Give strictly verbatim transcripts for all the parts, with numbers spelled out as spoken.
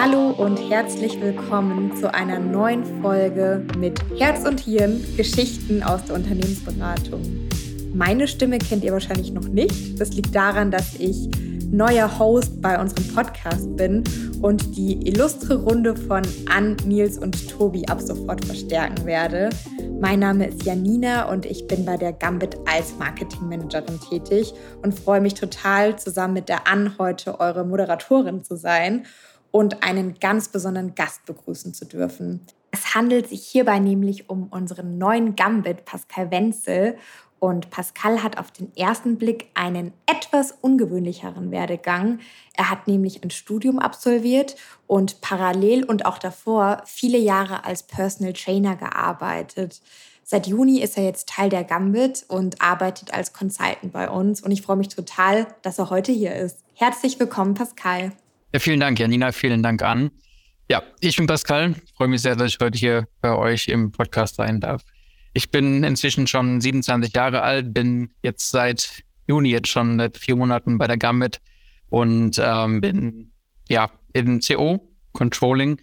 Hallo und herzlich willkommen zu einer neuen Folge mit Herz und Hirn, Geschichten aus der Unternehmensberatung. Meine Stimme kennt ihr wahrscheinlich noch nicht. Das liegt daran, dass ich neuer Host bei unserem Podcast bin und die illustre Runde von Ann, Nils und Tobi ab sofort verstärken werde. Mein Name ist Janina und ich bin bei der Gambit als Marketingmanagerin tätig und freue mich total, zusammen mit der Ann heute eure Moderatorin zu sein und einen ganz besonderen Gast begrüßen zu dürfen. Es handelt sich hierbei nämlich um unseren neuen Gambit, Pascal Wenzel. Und Pascal hat auf den ersten Blick einen etwas ungewöhnlicheren Werdegang. Er hat nämlich ein Studium absolviert und parallel und auch davor viele Jahre als Personal Trainer gearbeitet. Seit Juni ist er jetzt Teil der Gambit und arbeitet als Consultant bei uns. Und ich freue mich total, dass er heute hier ist. Herzlich willkommen, Pascal. Ja, vielen Dank, Janina. Vielen Dank, Ann. Ja, ich bin Pascal. Ich freue mich sehr, dass ich heute hier bei euch im Podcast sein darf. Ich bin inzwischen schon siebenundzwanzig Jahre alt, bin jetzt seit Juni jetzt schon seit vier Monaten bei der Gambit und ähm, bin ja in C O, Controlling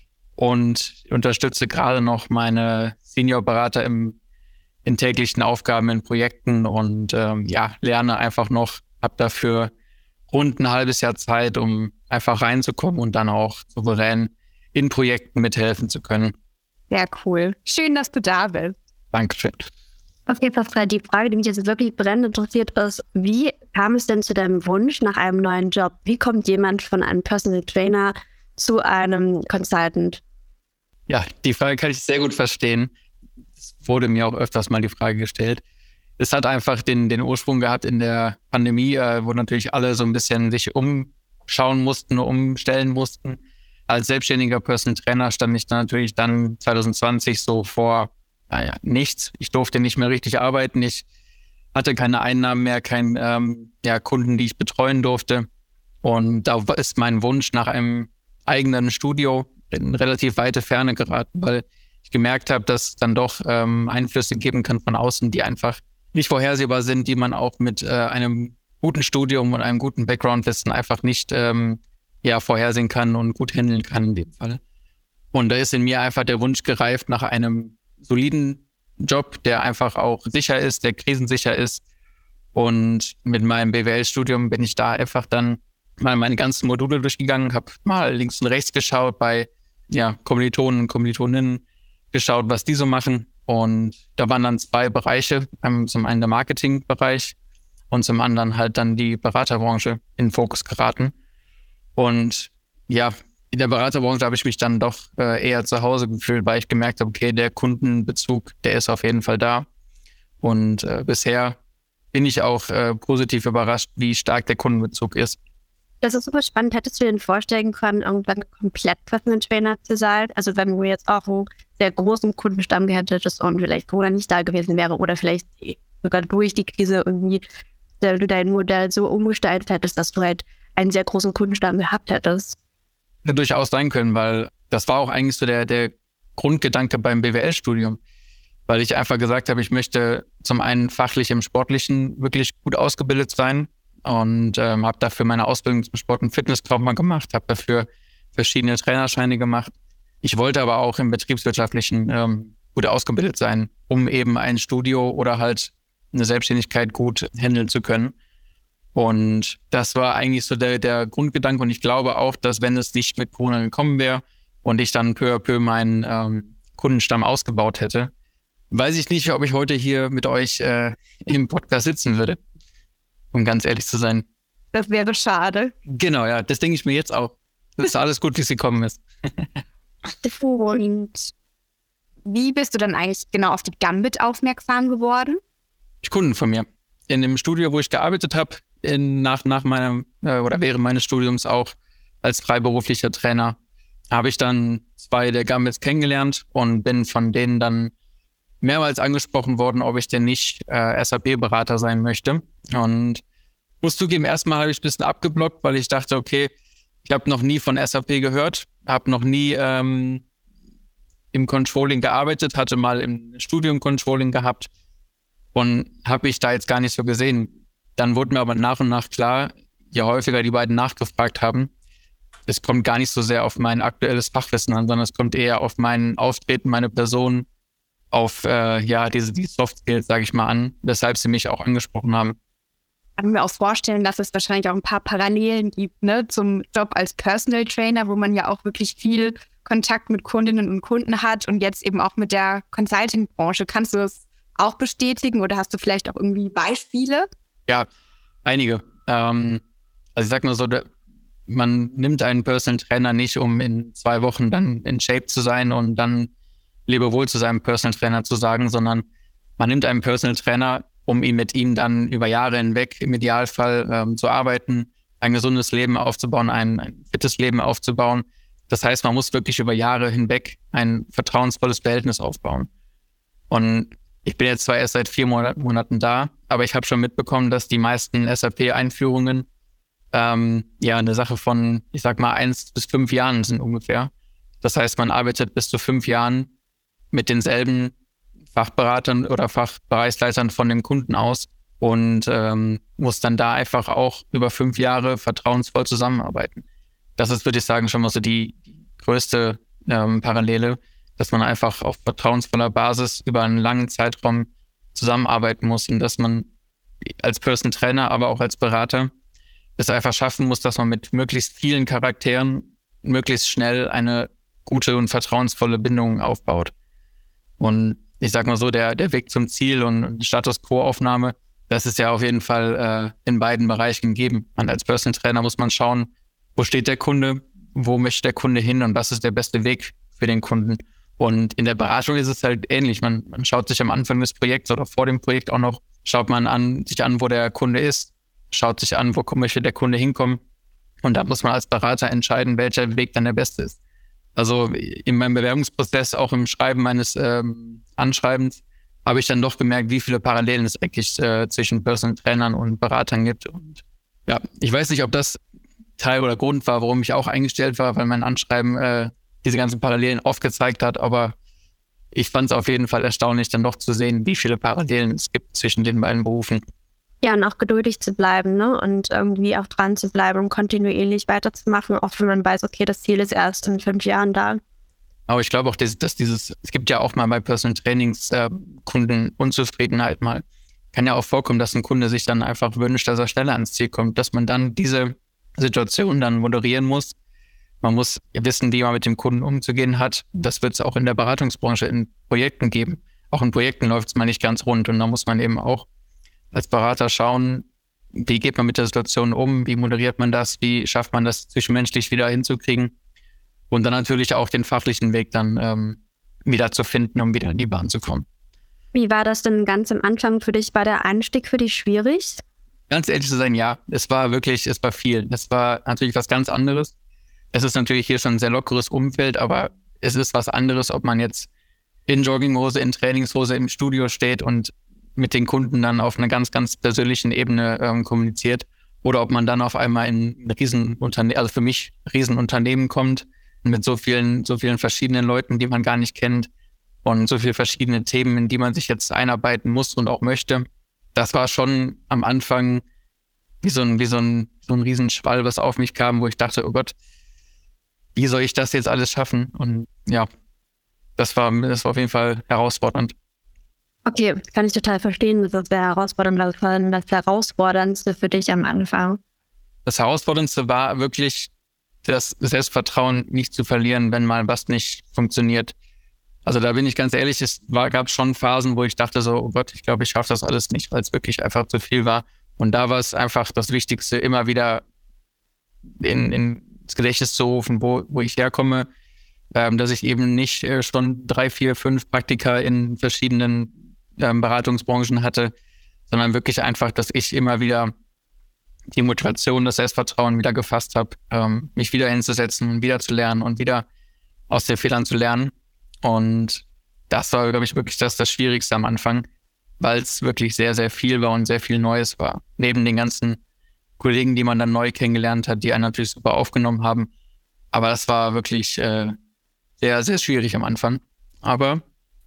und unterstütze gerade noch meine Seniorberater im, in täglichen Aufgaben, in Projekten und ähm, ja, lerne einfach noch, habe dafür rund ein halbes Jahr Zeit, um einfach reinzukommen und dann auch souverän in Projekten mithelfen zu können. Sehr cool. Schön, dass du da bist. Dankeschön. Okay, Pascal, die Frage, die mich jetzt wirklich brennend interessiert, ist, wie kam es denn zu deinem Wunsch nach einem neuen Job? Wie kommt jemand von einem Personal Trainer zu einem Consultant? Ja, die Frage kann ich sehr gut verstehen. Es wurde mir auch öfters mal die Frage gestellt. Es hat einfach den, den Ursprung gehabt in der Pandemie, äh, wo natürlich alle so ein bisschen sich umschauen mussten, umstellen mussten. Als selbstständiger Personal Trainer stand ich dann natürlich dann zwanzig zwanzig so vor Naja, nichts. Ich durfte nicht mehr richtig arbeiten. Ich hatte keine Einnahmen mehr, keine ähm, ja, Kunden, die ich betreuen durfte. Und da ist mein Wunsch nach einem eigenen Studio in relativ weite Ferne geraten, weil ich gemerkt habe, dass es dann doch ähm, Einflüsse geben kann von außen, die einfach nicht vorhersehbar sind, die man auch mit äh, einem guten Studium und einem guten Background-Wissen einfach nicht ähm, ja, vorhersehen kann und gut handeln kann in dem Fall. Und da ist in mir einfach der Wunsch gereift nach einem soliden Job, der einfach auch sicher ist, der krisensicher ist. Und mit meinem B W L-Studium bin ich da einfach dann mal meine ganzen Module durchgegangen, habe mal links und rechts geschaut, bei ja, Kommilitonen und Kommilitoninnen geschaut, was die so machen. Und da waren dann zwei Bereiche, zum einen der Marketingbereich und zum anderen halt dann die Beraterbranche in den Fokus geraten. Und ja, in der Beraterbranche habe ich mich dann doch äh, eher zu Hause gefühlt, weil ich gemerkt habe, okay, der Kundenbezug, der ist auf jeden Fall da. Und äh, bisher bin ich auch äh, positiv überrascht, wie stark der Kundenbezug ist. Das ist super spannend. Hättest du dir denn vorstellen können, irgendwann komplett Personal Trainer zu sein? Also wenn du jetzt auch einen sehr großen Kundenstamm gehabt hättest und vielleicht Corona nicht da gewesen wäre oder vielleicht sogar durch die Krise irgendwie du dein Modell so umgestaltet hättest, dass du halt einen sehr großen Kundenstamm gehabt hättest. Durchaus sein können, weil das war auch eigentlich so der, der Grundgedanke beim B W L-Studium, weil ich einfach gesagt habe, ich möchte zum einen fachlich im Sportlichen wirklich gut ausgebildet sein und ähm, habe dafür meine Ausbildung zum Sport- und Fitnesskaufmann gemacht, habe dafür verschiedene Trainerscheine gemacht. Ich wollte aber auch im Betriebswirtschaftlichen ähm, gut ausgebildet sein, um eben ein Studio oder halt eine Selbstständigkeit gut handeln zu können. Und das war eigentlich so der, der Grundgedanke. Und ich glaube auch, dass wenn es nicht mit Corona gekommen wäre und ich dann peu à peu meinen ähm, Kundenstamm ausgebaut hätte, weiß ich nicht, ob ich heute hier mit euch äh, im Podcast sitzen würde, um ganz ehrlich zu sein. Das wäre schade. Genau, ja, das denke ich mir jetzt auch. Das ist alles gut, wie es gekommen ist. Und wie bist du dann eigentlich genau auf die Gambit aufmerksam geworden? Kunden von mir. In dem Studio, wo ich gearbeitet habe, in, nach, nach meinem äh, oder während meines Studiums auch als freiberuflicher Trainer, habe ich dann zwei der Gambits kennengelernt und bin von denen dann mehrmals angesprochen worden, ob ich denn nicht äh, S A P-Berater sein möchte. Und muss zugeben, erstmal habe ich ein bisschen abgeblockt, weil ich dachte, okay, ich habe noch nie von S A P gehört, habe noch nie ähm, im Controlling gearbeitet, hatte mal im Studium Controlling gehabt und habe ich da jetzt gar nicht so gesehen. Dann wurde mir aber nach und nach klar, je häufiger die beiden nachgefragt haben, es kommt gar nicht so sehr auf mein aktuelles Fachwissen an, sondern es kommt eher auf mein Auftreten, meine Person, auf äh, ja diese die Soft Skills, sage ich mal, an, weshalb sie mich auch angesprochen haben. Ich kann mir auch vorstellen, dass es wahrscheinlich auch ein paar Parallelen gibt, ne, zum Job als Personal Trainer, wo man ja auch wirklich viel Kontakt mit Kundinnen und Kunden hat und jetzt eben auch mit der Consulting-Branche. Kannst du das auch bestätigen oder hast du vielleicht auch irgendwie Beispiele? Ja, einige. Ähm, also ich sag mal so, der, man nimmt einen Personal Trainer nicht, um in zwei Wochen dann in Shape zu sein und dann Lebewohl zu seinem Personal Trainer zu sagen, sondern man nimmt einen Personal Trainer, um ihn mit ihm dann über Jahre hinweg im Idealfall ähm, zu arbeiten, ein gesundes Leben aufzubauen, ein, ein fittes Leben aufzubauen. Das heißt, man muss wirklich über Jahre hinweg ein vertrauensvolles Verhältnis aufbauen. Und ich bin jetzt zwar erst seit vier Monat, Monaten da, aber ich habe schon mitbekommen, dass die meisten S A P-Einführungen ähm, ja eine Sache von, ich sag mal, eins bis fünf Jahren sind ungefähr. Das heißt, man arbeitet bis zu fünf Jahren mit denselben Fachberatern oder Fachbereichsleitern von dem Kunden aus und ähm, muss dann da einfach auch über fünf Jahre vertrauensvoll zusammenarbeiten. Das ist, würde ich sagen, schon mal so die, die größte ähm, Parallele, dass man einfach auf vertrauensvoller Basis über einen langen Zeitraum zusammenarbeiten muss und dass man als Personal Trainer, aber auch als Berater es einfach schaffen muss, dass man mit möglichst vielen Charakteren möglichst schnell eine gute und vertrauensvolle Bindung aufbaut. Und ich sag mal so, der, der Weg zum Ziel und Status-Quo-Aufnahme, das ist ja auf jeden Fall äh, in beiden Bereichen gegeben. Und als Personal Trainer muss man schauen, wo steht der Kunde, wo möchte der Kunde hin und was ist der beste Weg für den Kunden. Und in der Beratung ist es halt ähnlich. Man, man schaut sich am Anfang des Projekts oder vor dem Projekt auch noch, schaut man an, sich an, wo der Kunde ist, schaut sich an, wo möchte der Kunde hinkommen. Und da muss man als Berater entscheiden, welcher Weg dann der beste ist. Also in meinem Bewerbungsprozess, auch im Schreiben meines ähm, Anschreibens, habe ich dann doch gemerkt, wie viele Parallelen es eigentlich äh, zwischen Personal Trainern und Beratern gibt. Und ja, ich weiß nicht, ob das Teil oder Grund war, warum ich auch eingestellt war, weil mein Anschreiben äh, diese ganzen Parallelen aufgezeigt hat. Aber ich fand es auf jeden Fall erstaunlich, dann doch zu sehen, wie viele Parallelen es gibt zwischen den beiden Berufen. Ja, und auch geduldig zu bleiben, ne? Und irgendwie auch dran zu bleiben und kontinuierlich weiterzumachen, auch wenn man weiß, okay, das Ziel ist erst in fünf Jahren da. Aber ich glaube auch, dass, dass dieses, es gibt ja auch mal bei Personal Trainings äh, Kundenunzufriedenheit mal. Kann ja auch vorkommen, dass ein Kunde sich dann einfach wünscht, dass er schneller ans Ziel kommt, dass man dann diese Situation dann moderieren muss. Man muss wissen, wie man mit dem Kunden umzugehen hat. Das wird es auch in der Beratungsbranche in Projekten geben. Auch in Projekten läuft es mal nicht ganz rund und da muss man eben auch als Berater schauen, wie geht man mit der Situation um, wie moderiert man das, wie schafft man das zwischenmenschlich wieder hinzukriegen und dann natürlich auch den fachlichen Weg dann ähm, wieder zu finden, um wieder in die Bahn zu kommen. Wie war das denn ganz am Anfang für dich? War der Einstieg für dich schwierig? Ganz ehrlich zu sein, ja. Es war wirklich, es war viel. Es war natürlich was ganz anderes. Es ist natürlich hier schon ein sehr lockeres Umfeld, aber es ist was anderes, ob man jetzt in Jogginghose, in Trainingshose im Studio steht und mit den Kunden dann auf einer ganz, ganz persönlichen Ebene ähm, kommuniziert oder ob man dann auf einmal in ein Riesenunternehmen, also für mich Riesenunternehmen kommt mit so vielen, so vielen verschiedenen Leuten, die man gar nicht kennt und so viele verschiedene Themen, in die man sich jetzt einarbeiten muss und auch möchte. Das war schon am Anfang wie so ein, wie so ein, so ein Riesenschwall, was auf mich kam, wo ich dachte, oh Gott, wie soll ich das jetzt alles schaffen? Und ja, das war, das war auf jeden Fall herausfordernd. Okay, kann ich total verstehen. Das ist sehr herausfordernd. Das war das Herausforderndste für dich am Anfang. Das Herausforderndste war wirklich, das Selbstvertrauen nicht zu verlieren, wenn mal was nicht funktioniert. Also da bin ich ganz ehrlich, es war, gab schon Phasen, wo ich dachte so, oh Gott, ich glaube, ich schaffe das alles nicht, weil es wirklich einfach zu viel war. Und da war es einfach das Wichtigste, immer wieder in, in ins Gedächtnis zu rufen, wo, wo ich herkomme, ähm, dass ich eben nicht äh, schon drei, vier, fünf Praktika in verschiedenen ähm, Beratungsbranchen hatte, sondern wirklich einfach, dass ich immer wieder die Motivation, das Selbstvertrauen wieder gefasst habe, ähm, mich wieder hinzusetzen und wieder zu lernen und wieder aus den Fehlern zu lernen. Und das war, glaube ich, wirklich das, das Schwierigste am Anfang, weil es wirklich sehr, sehr viel war und sehr viel Neues war. Neben den ganzen Kollegen, die man dann neu kennengelernt hat, die einen natürlich super aufgenommen haben. Aber das war wirklich äh, sehr, sehr schwierig am Anfang. Aber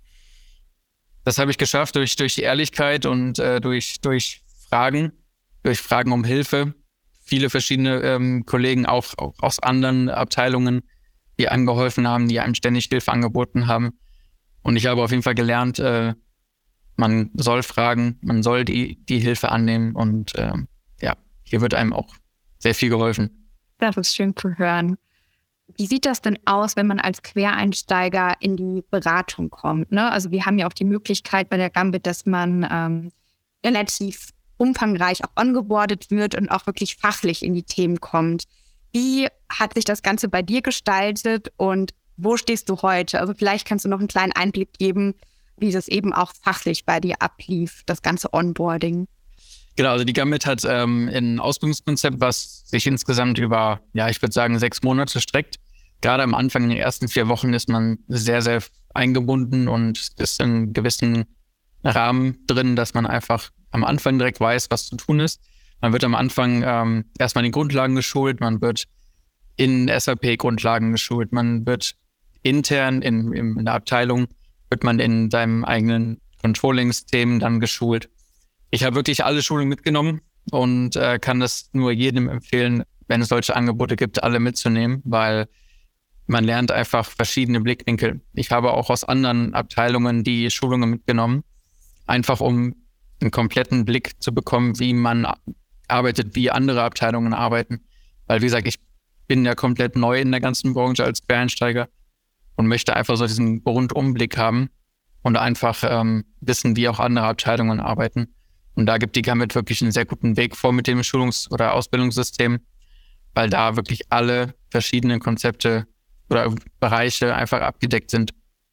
das habe ich geschafft durch, durch die Ehrlichkeit und äh, durch, durch Fragen, durch Fragen um Hilfe viele verschiedene ähm, Kollegen, auch, auch aus anderen Abteilungen, die einem geholfen haben, die einem ständig Hilfe angeboten haben. Und ich habe auf jeden Fall gelernt, äh, man soll fragen, man soll die, die Hilfe annehmen und äh, ja, hier wird einem auch sehr viel geholfen. Das ist schön zu hören. Wie sieht das denn aus, wenn man als Quereinsteiger in die Beratung kommt? Ne? Also wir haben ja auch die Möglichkeit bei der Gambit, dass man ähm, relativ umfangreich auch ongeboardet wird und auch wirklich fachlich in die Themen kommt. Wie hat sich das Ganze bei dir gestaltet und wo stehst du heute? Also vielleicht kannst du noch einen kleinen Einblick geben, wie das eben auch fachlich bei dir ablief, das ganze Onboarding. Genau, also die Gambit hat ähm, ein Ausbildungskonzept, was sich insgesamt über, ja, ich würde sagen, sechs Monate streckt. Gerade am Anfang, in den ersten vier Wochen, ist man sehr, sehr eingebunden und ist in einem gewissen Rahmen drin, dass man einfach am Anfang direkt weiß, was zu tun ist. Man wird am Anfang ähm, erstmal in den Grundlagen geschult, man wird in S A P-Grundlagen geschult, man wird intern in, in der Abteilung, wird man in seinem eigenen Controlling-System dann geschult. Ich habe wirklich alle Schulungen mitgenommen und äh, kann das nur jedem empfehlen, wenn es solche Angebote gibt, alle mitzunehmen, weil man lernt einfach verschiedene Blickwinkel. Ich habe auch aus anderen Abteilungen die Schulungen mitgenommen, einfach um einen kompletten Blick zu bekommen, wie man arbeitet, wie andere Abteilungen arbeiten. Weil, wie gesagt, ich bin ja komplett neu in der ganzen Branche als Quereinsteiger und möchte einfach so diesen Rundumblick haben und einfach ähm, wissen, wie auch andere Abteilungen arbeiten. Und da gibt die Gambit wirklich einen sehr guten Weg vor mit dem Schulungs- oder Ausbildungssystem, weil da wirklich alle verschiedenen Konzepte oder Bereiche einfach abgedeckt sind.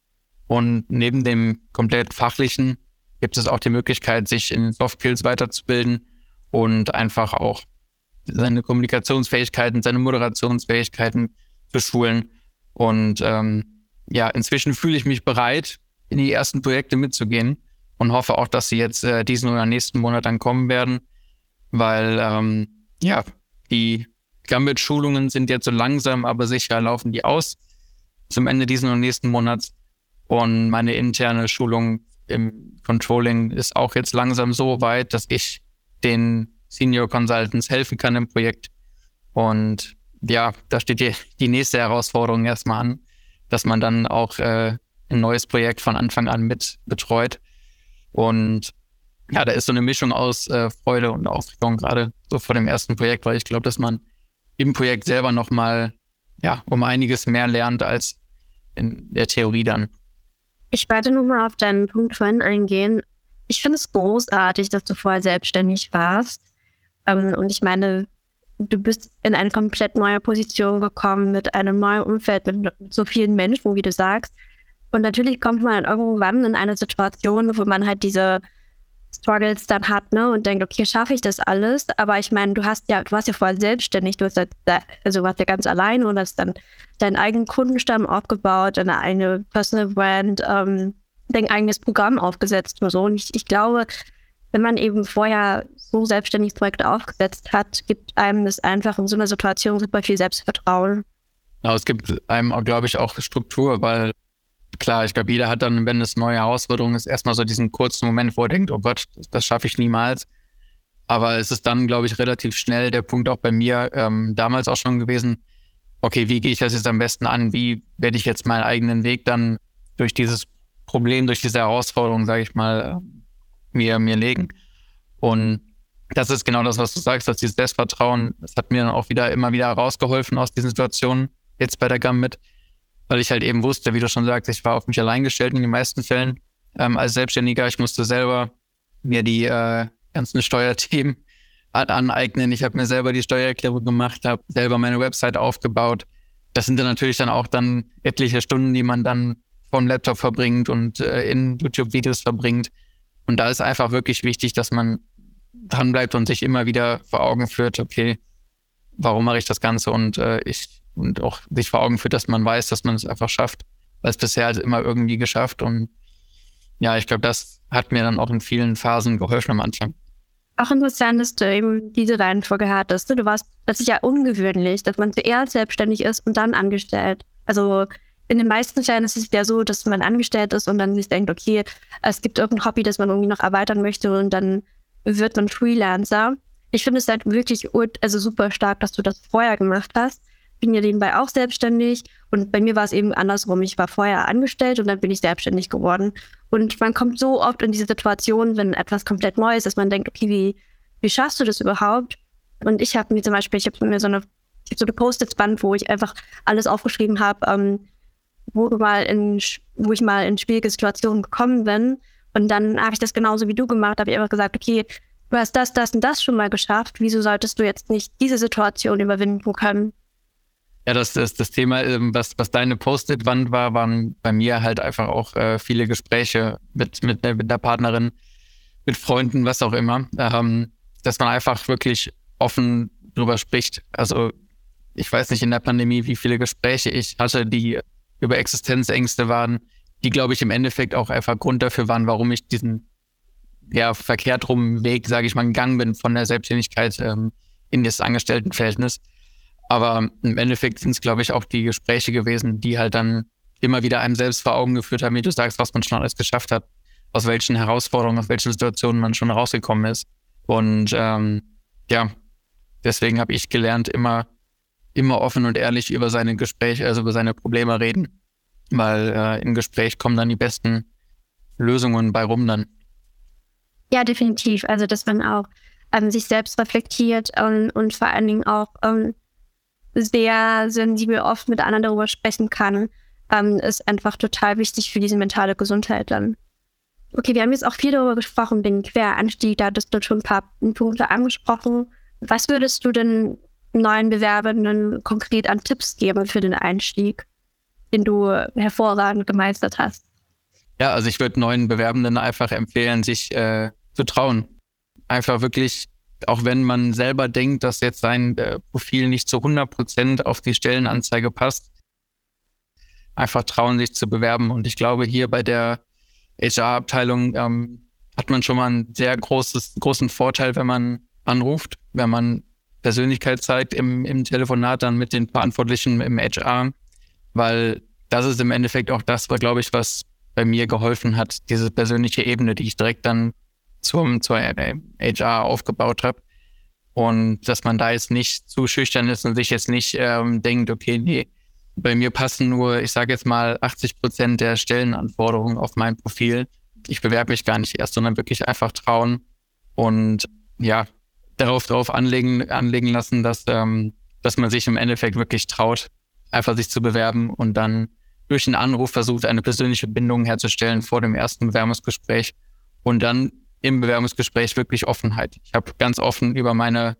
Und neben dem komplett fachlichen gibt es auch die Möglichkeit, sich in Soft Skills weiterzubilden und einfach auch seine Kommunikationsfähigkeiten, seine Moderationsfähigkeiten zu schulen. Und ähm, ja, inzwischen fühle ich mich bereit, in die ersten Projekte mitzugehen und hoffe auch, dass sie jetzt äh, diesen oder nächsten Monat dann kommen werden, weil ähm, ja, die Gambit-Schulungen sind jetzt so langsam, aber sicher laufen die aus zum Ende diesen oder nächsten Monats. Und meine interne Schulung im Controlling ist auch jetzt langsam so weit, dass ich den Senior Consultants helfen kann im Projekt. Und ja, da steht die, die nächste Herausforderung erstmal an, dass man dann auch äh, ein neues Projekt von Anfang an mit betreut. Und ja, da ist so eine Mischung aus äh, Freude und Aufregung gerade so vor dem ersten Projekt, weil ich glaube, dass man im Projekt selber nochmal ja, um einiges mehr lernt als in der Theorie dann. Ich werde nur mal auf deinen Punkt vorhin eingehen. Ich finde es großartig, dass du vorher selbstständig warst. Ähm, und ich meine, du bist in eine komplett neue Position gekommen, mit einem neuen Umfeld, mit so vielen Menschen, wie du sagst. Und natürlich kommt man dann irgendwann in eine Situation, wo man halt diese Struggles dann hat, ne, und denkt, okay, schaffe ich das alles? Aber ich meine, du hast ja, du warst ja vorher selbstständig, du hast ja, also warst ja ganz alleine und hast dann deinen eigenen Kundenstamm aufgebaut, deine eigene Personal Brand, ähm, dein eigenes Programm aufgesetzt und so. Und ich, ich glaube, wenn man eben vorher so selbstständig Projekte aufgesetzt hat, gibt einem das einfach in so einer Situation super viel Selbstvertrauen. Ja, es gibt einem, glaube ich, auch Struktur, weil klar, ich glaube, jeder hat dann, wenn es neue Herausforderungen ist, erstmal so diesen kurzen Moment, wo er denkt, oh Gott, das, das schaffe ich niemals. Aber es ist dann, glaube ich, relativ schnell der Punkt auch bei mir ähm, damals auch schon gewesen, okay, wie gehe ich das jetzt am besten an? Wie werde ich jetzt meinen eigenen Weg dann durch dieses Problem, durch diese Herausforderung, sage ich mal, mir, mir legen? Und das ist genau das, was du sagst, dass dieses Selbstvertrauen, das hat mir dann auch wieder immer wieder rausgeholfen aus diesen Situationen, jetzt bei der Gambit. Weil ich halt eben wusste, wie du schon sagst, ich war auf mich allein gestellt in den meisten Fällen ähm, als Selbstständiger. Ich musste selber mir die äh, ganzen Steuerthemen aneignen. Ich habe mir selber die Steuererklärung gemacht, habe selber meine Website aufgebaut. Das sind dann natürlich dann auch dann etliche Stunden, die man dann vom Laptop verbringt und äh, in YouTube-Videos verbringt. Und da ist einfach wirklich wichtig, dass man dranbleibt und sich immer wieder vor Augen führt, okay, warum mache ich das Ganze? Und äh, ich und auch sich vor Augen führt, dass man weiß, dass man es einfach schafft, weil es bisher halt immer irgendwie geschafft. Und ja, ich glaube, das hat mir dann auch in vielen Phasen geholfen am Anfang. Auch interessant, dass du eben diese Reihenfolge hattest. Du warst, das ist ja ungewöhnlich, dass man zuerst selbstständig ist und dann angestellt. Also in den meisten Fällen ist es ja so, dass man angestellt ist und dann sich denkt, okay, es gibt irgendein Hobby, das man irgendwie noch erweitern möchte und dann wird man Freelancer. Ich finde es halt wirklich also super stark, dass du das vorher gemacht hast. Ich bin ja nebenbei auch selbstständig und bei mir war es eben andersrum. Ich war vorher angestellt und dann bin ich selbstständig geworden. Und man kommt so oft in diese Situation, wenn etwas komplett neu ist, dass man denkt, okay, wie, wie schaffst du das überhaupt? Und ich habe mir zum Beispiel, ich habe mir so eine, ich hab so eine Post-it-Band, wo ich einfach alles aufgeschrieben habe, ähm, wo, mal in, wo ich mal in schwierige Situationen gekommen bin. Und dann habe ich das genauso wie du gemacht, habe ich einfach gesagt, okay, du hast das, das und das schon mal geschafft. Wieso solltest du jetzt nicht diese Situation überwinden können? Ja, das, das, das Thema, was, was deine Post-it-Wand war, waren bei mir halt einfach auch äh, viele Gespräche mit, mit, mit der Partnerin, mit Freunden, was auch immer, ähm, dass man einfach wirklich offen drüber spricht. Also ich weiß nicht in der Pandemie, wie viele Gespräche ich hatte, die über Existenzängste waren, die, glaube ich, im Endeffekt auch einfach Grund dafür waren, warum ich diesen ja, verkehrt rum Weg, sage ich mal, gegangen bin von der Selbstständigkeit ähm, in das Angestelltenverhältnis. Aber im Endeffekt sind es, glaube ich, auch die Gespräche gewesen, die halt dann immer wieder einem selbst vor Augen geführt haben, wie du sagst, was man schon alles geschafft hat, aus welchen Herausforderungen, aus welchen Situationen man schon rausgekommen ist. Und ähm, ja, deswegen habe ich gelernt, immer, immer offen und ehrlich über seine Gespräche, also über seine Probleme reden. Weil äh, im Gespräch kommen dann die besten Lösungen bei rum dann. Ja, definitiv. Also, dass man auch ähm, sich selbst reflektiert ähm, und vor allen Dingen auch ähm, sehr sensibel oft mit anderen darüber sprechen kann, ähm, ist einfach total wichtig für diese mentale Gesundheit dann. Okay, wir haben jetzt auch viel darüber gesprochen, den Queranstieg, da hattest du schon ein paar Punkte angesprochen. Was würdest du denn neuen Bewerbenden konkret an Tipps geben für den Einstieg, den du hervorragend gemeistert hast? Ja, also ich würde neuen Bewerbenden einfach empfehlen, sich äh, zu trauen. Einfach wirklich, auch wenn man selber denkt, dass jetzt sein äh, Profil nicht zu hundert Prozent auf die Stellenanzeige passt, einfach trauen, sich zu bewerben. Und ich glaube, hier bei der H R-Abteilung ähm, hat man schon mal einen sehr großes, großen Vorteil, wenn man anruft, wenn man Persönlichkeit zeigt im, im Telefonat dann mit den Verantwortlichen im H R, weil das ist im Endeffekt auch das, war, glaube ich, was bei mir geholfen hat, diese persönliche Ebene, die ich direkt dann zum, zur H R aufgebaut habe. Und dass man da jetzt nicht zu schüchtern ist und sich jetzt nicht ähm, denkt, okay, nee, bei mir passen nur, ich sage jetzt mal, achtzig Prozent der Stellenanforderungen auf mein Profil. Ich bewerbe mich gar nicht erst, sondern wirklich einfach trauen und ja, darauf drauf anlegen, anlegen lassen, dass, ähm, dass man sich im Endeffekt wirklich traut, einfach sich zu bewerben und dann durch einen Anruf versucht, eine persönliche Bindung herzustellen vor dem ersten Bewerbungsgespräch und dann im Bewerbungsgespräch wirklich Offenheit. Ich habe ganz offen über meine,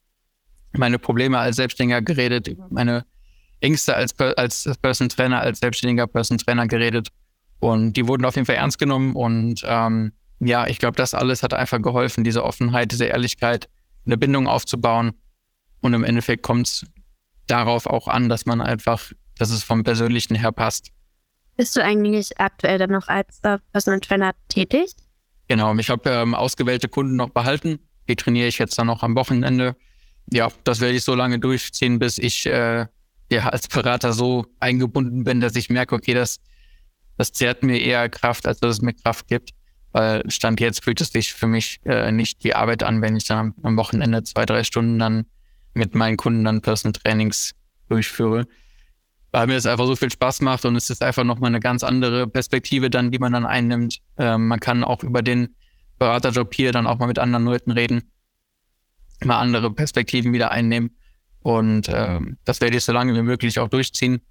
meine Probleme als Selbstständiger geredet, über meine Ängste als, als Personal Trainer, als selbstständiger Personal Trainer geredet und die wurden auf jeden Fall ernst genommen und ähm, ja, ich glaube, das alles hat einfach geholfen, diese Offenheit, diese Ehrlichkeit, eine Bindung aufzubauen und im Endeffekt kommt es darauf auch an, dass man einfach, dass es vom Persönlichen her passt. Bist du eigentlich aktuell dann noch als äh, Personal Trainer tätig? Genau, ich habe ähm, ausgewählte Kunden noch behalten, die trainiere ich jetzt dann noch am Wochenende. Ja, das werde ich so lange durchziehen, bis ich äh, ja, als Berater so eingebunden bin, dass ich merke, okay, das, das zehrt mir eher Kraft, als dass es mir Kraft gibt. Weil Stand jetzt fühlt es sich für mich äh, nicht wie Arbeit an, wenn ich dann am, am Wochenende zwei, drei Stunden dann mit meinen Kunden dann Personal Trainings durchführe. Weil mir es einfach so viel Spaß macht und es ist einfach nochmal eine ganz andere Perspektive dann, die man dann einnimmt. Ähm, man kann auch über den Beraterjob hier dann auch mal mit anderen Leuten reden, mal andere Perspektiven wieder einnehmen. Und ähm, das werde ich so lange wie möglich auch durchziehen,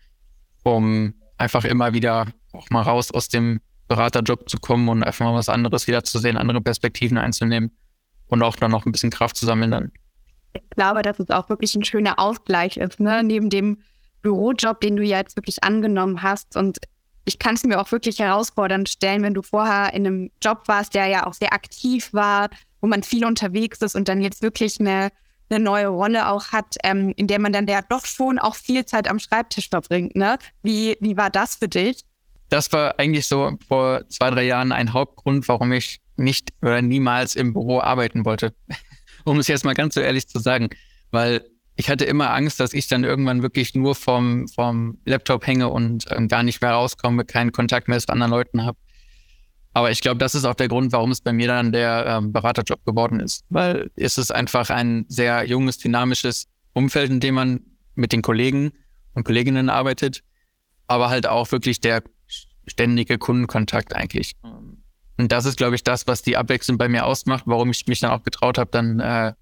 um einfach immer wieder auch mal raus aus dem Beraterjob zu kommen und einfach mal was anderes wieder zu sehen, andere Perspektiven einzunehmen und auch dann noch ein bisschen Kraft zu sammeln dann. Ich glaube, dass es auch wirklich ein schöner Ausgleich ist, ne? Neben dem Bürojob, den du ja jetzt wirklich angenommen hast. Und ich kann es mir auch wirklich herausfordernd stellen, wenn du vorher in einem Job warst, der ja auch sehr aktiv war, wo man viel unterwegs ist und dann jetzt wirklich eine, eine neue Rolle auch hat, ähm, in der man dann ja doch schon auch viel Zeit am Schreibtisch verbringt. Ne? Wie, wie war das für dich? Das war eigentlich so vor zwei, drei Jahren ein Hauptgrund, warum ich nicht oder niemals im Büro arbeiten wollte. Um es jetzt mal ganz so ehrlich zu sagen, weil ich hatte immer Angst, dass ich dann irgendwann wirklich nur vom, vom Laptop hänge und ähm, gar nicht mehr rauskomme, keinen Kontakt mehr zu anderen Leuten habe. Aber ich glaube, das ist auch der Grund, warum es bei mir dann der ähm, Beraterjob geworden ist. Weil es ist einfach ein sehr junges, dynamisches Umfeld, in dem man mit den Kollegen und Kolleginnen arbeitet, aber halt auch wirklich der ständige Kundenkontakt eigentlich. Und das ist, glaube ich, das, was die Abwechslung bei mir ausmacht, warum ich mich dann auch getraut habe, dann äh,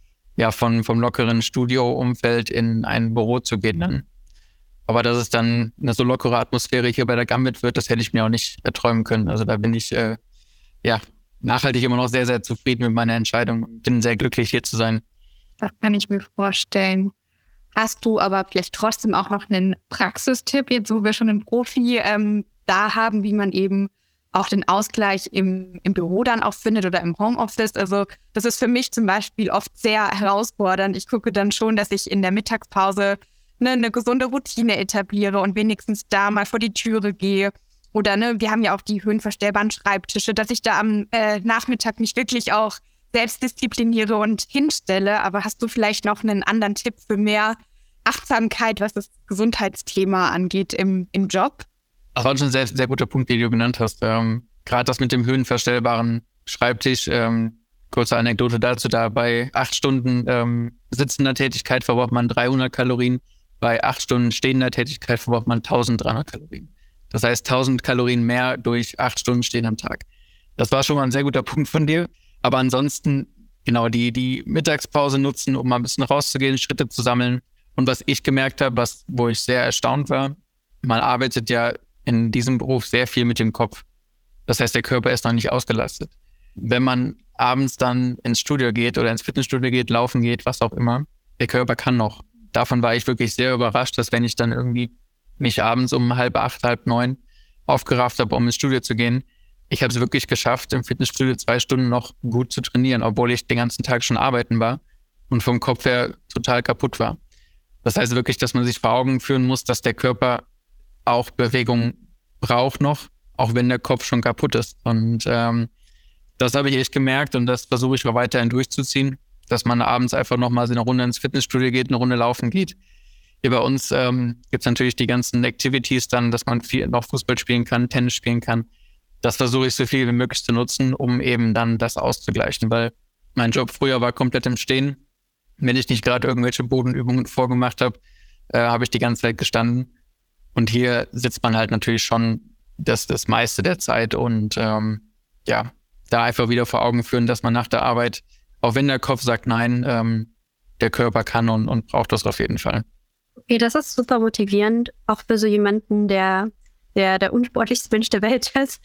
ja von vom lockeren Studio-Umfeld in ein Büro zu gehen dann. Aber dass es dann eine so lockere Atmosphäre hier bei der Gambit wird, das hätte ich mir auch nicht erträumen können. Also da bin ich äh, ja nachhaltig immer noch sehr, sehr zufrieden mit meiner Entscheidung. Bin sehr glücklich, hier zu sein. Das kann ich mir vorstellen. Hast du aber vielleicht trotzdem auch noch einen Praxistipp, jetzt wo wir schon einen Profi ähm, da haben, wie man eben auch den Ausgleich im, im Büro dann auch findet oder im Homeoffice? Also das ist für mich zum Beispiel oft sehr herausfordernd. Ich gucke dann schon, dass ich in der Mittagspause ne, eine gesunde Routine etabliere und wenigstens da mal vor die Türe gehe. Oder ne, wir haben ja auch die höhenverstellbaren Schreibtische, dass ich da am äh, Nachmittag mich wirklich auch selbst diszipliniere und hinstelle. Aber hast du vielleicht noch einen anderen Tipp für mehr Achtsamkeit, was das Gesundheitsthema angeht im, im Job? Das war schon ein sehr, sehr guter Punkt, den du genannt hast. Ähm, Gerade das mit dem höhenverstellbaren Schreibtisch. Ähm, kurze Anekdote dazu, da bei acht Stunden ähm, sitzender Tätigkeit verbraucht man dreihundert Kalorien. Bei acht Stunden stehender Tätigkeit verbraucht man eintausenddreihundert Kalorien. Das heißt tausend Kalorien mehr durch acht Stunden Stehen am Tag. Das war schon mal ein sehr guter Punkt von dir. Aber ansonsten, genau, die, die Mittagspause nutzen, um mal ein bisschen rauszugehen, Schritte zu sammeln. Und was ich gemerkt habe, was, wo ich sehr erstaunt war, man arbeitet ja in diesem Beruf sehr viel mit dem Kopf. Das heißt, der Körper ist noch nicht ausgelastet. Wenn man abends dann ins Studio geht oder ins Fitnessstudio geht, laufen geht, was auch immer, der Körper kann noch. Davon war ich wirklich sehr überrascht, dass wenn ich dann irgendwie mich abends um halb acht, halb neun aufgerafft habe, um ins Studio zu gehen, ich habe es wirklich geschafft, im Fitnessstudio zwei Stunden noch gut zu trainieren, obwohl ich den ganzen Tag schon arbeiten war und vom Kopf her total kaputt war. Das heißt wirklich, dass man sich vor Augen führen muss, dass der Körper auch Bewegung braucht noch, auch wenn der Kopf schon kaputt ist. Und ähm, das habe ich echt gemerkt und das versuche ich auch weiterhin durchzuziehen, dass man abends einfach nochmal so eine Runde ins Fitnessstudio geht, eine Runde laufen geht. Hier bei uns ähm, gibt es natürlich die ganzen Activities dann, dass man viel noch Fußball spielen kann, Tennis spielen kann. Das versuche ich so viel wie möglich zu nutzen, um eben dann das auszugleichen, weil mein Job früher war komplett im Stehen. Wenn ich nicht gerade irgendwelche Bodenübungen vorgemacht habe, äh, habe ich die ganze Zeit gestanden. Und hier sitzt man halt natürlich schon das, das meiste der Zeit und ähm, ja, da einfach wieder vor Augen führen, dass man nach der Arbeit, auch wenn der Kopf sagt nein, ähm, der Körper kann und, und braucht das auf jeden Fall. Okay, das ist super motivierend, auch für so jemanden, der der, der unsportlichste Mensch der Welt ist.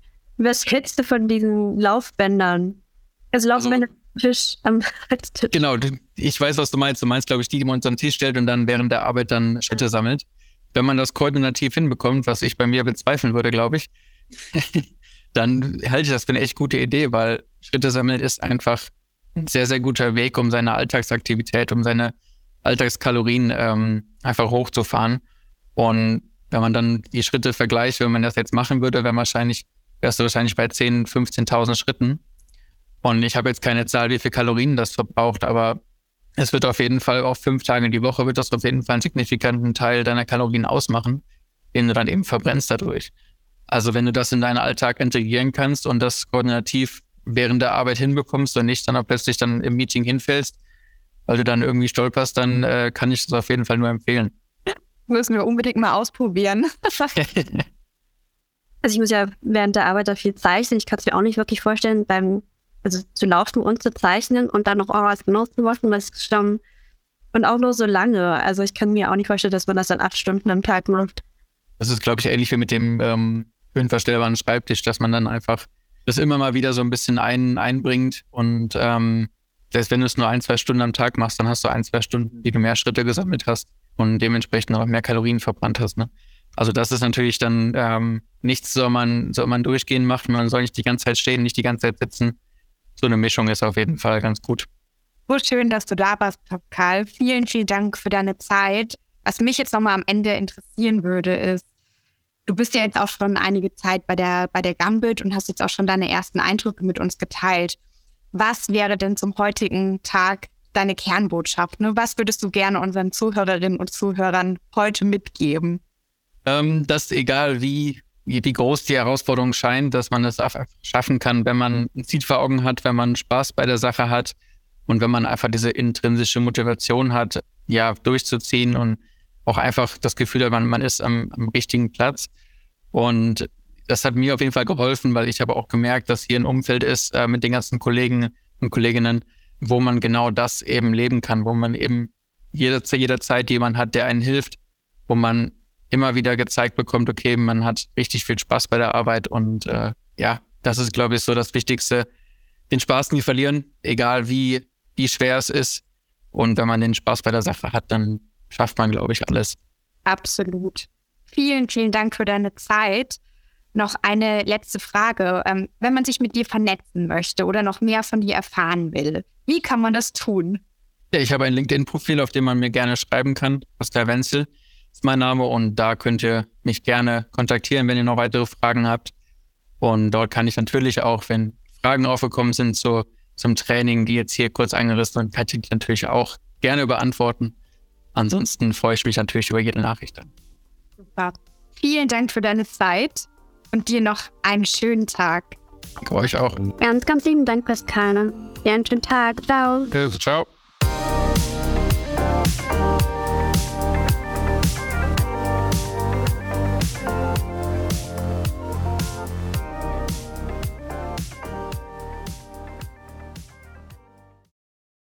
Was hältst du von diesen Laufbändern? Also Laufbänder also, Tisch am Tisch. Genau, ich weiß, was du meinst. Du meinst, glaube ich, die, die man unter den Tisch stellt und dann während der Arbeit dann Schritte sammelt. Wenn man das koordinativ hinbekommt, was ich bei mir bezweifeln würde, glaube ich, dann halte ich das für eine echt gute Idee, weil Schritte sammeln ist einfach ein sehr, sehr guter Weg, um seine Alltagsaktivität, um seine Alltagskalorien ähm, einfach hochzufahren. Und wenn man dann die Schritte vergleicht, wenn man das jetzt machen würde, wäre wahrscheinlich, wärst du wahrscheinlich bei zehntausend, fünfzehntausend Schritten. Und ich habe jetzt keine Zahl, wie viel Kalorien das verbraucht, aber es wird auf jeden Fall auf fünf Tage die Woche, wird das auf jeden Fall einen signifikanten Teil deiner Kalorien ausmachen, den du dann eben verbrennst dadurch. Also wenn du das in deinen Alltag integrieren kannst und das koordinativ während der Arbeit hinbekommst und nicht dann auch plötzlich dann im Meeting hinfällst, weil du dann irgendwie stolperst, dann äh, kann ich das auf jeden Fall nur empfehlen. Müssen wir unbedingt mal ausprobieren. Also ich muss ja während der Arbeit da viel zeichnen. Ich kann es mir auch nicht wirklich vorstellen, beim also zu laufen und zu zeichnen und dann noch was genau zu machen, das ist schon und auch nur so lange. Also ich kann mir auch nicht vorstellen, dass man das dann acht Stunden am Tag macht. Das ist, glaube ich, ähnlich wie mit dem ähm, höhenverstellbaren Schreibtisch, dass man dann einfach das immer mal wieder so ein bisschen ein, einbringt und ähm, selbst wenn du es nur ein, zwei Stunden am Tag machst, dann hast du ein, zwei Stunden, die du mehr Schritte gesammelt hast und dementsprechend auch mehr Kalorien verbrannt hast. Ne? Also das ist natürlich dann ähm, nichts, soll man, soll man durchgehen machen, man soll nicht die ganze Zeit stehen, nicht die ganze Zeit sitzen. So eine Mischung ist auf jeden Fall ganz gut. So schön, dass du da warst, Pascal. Vielen, vielen Dank für deine Zeit. Was mich jetzt nochmal am Ende interessieren würde, ist, du bist ja jetzt auch schon einige Zeit bei der, bei der Gambit und hast jetzt auch schon deine ersten Eindrücke mit uns geteilt. Was wäre denn zum heutigen Tag deine Kernbotschaft? Ne? Was würdest du gerne unseren Zuhörerinnen und Zuhörern heute mitgeben? Ähm, dass egal wie wie, wie groß die Herausforderung scheint, dass man es einfach schaffen kann, wenn man ein Ziel vor Augen hat, wenn man Spaß bei der Sache hat und wenn man einfach diese intrinsische Motivation hat, ja, durchzuziehen und auch einfach das Gefühl hat, man, man ist am, am richtigen Platz. Und das hat mir auf jeden Fall geholfen, weil ich habe auch gemerkt, dass hier ein Umfeld ist äh, mit den ganzen Kollegen und Kolleginnen, wo man genau das eben leben kann, wo man eben jeder, jederzeit jemanden hat, der einen hilft, wo man immer wieder gezeigt bekommt, okay, man hat richtig viel Spaß bei der Arbeit und äh, ja, das ist, glaube ich, so das Wichtigste, den Spaß nie verlieren, egal wie, wie schwer es ist. Und wenn man den Spaß bei der Sache hat, dann schafft man, glaube ich, alles. Absolut. Vielen, vielen Dank für deine Zeit. Noch eine letzte Frage. Ähm, wenn man sich mit dir vernetzen möchte oder noch mehr von dir erfahren will, wie kann man das tun? Ja, ich habe ein LinkedIn-Profil, auf dem man mir gerne schreiben kann. Pascal Wenzel ist mein Name und da könnt ihr mich gerne kontaktieren, wenn ihr noch weitere Fragen habt. Und dort kann ich natürlich auch, wenn Fragen aufgekommen sind zu, zum Training, die jetzt hier kurz angerissen sind, kann ich natürlich auch gerne beantworten. Ansonsten freue ich mich natürlich über jede Nachricht dann. Super. Vielen Dank für deine Zeit und dir noch einen schönen Tag. Danke euch auch. Ganz, ganz lieben Dank, Pascal. Dir einen schönen Tag. Ciao. Ciao.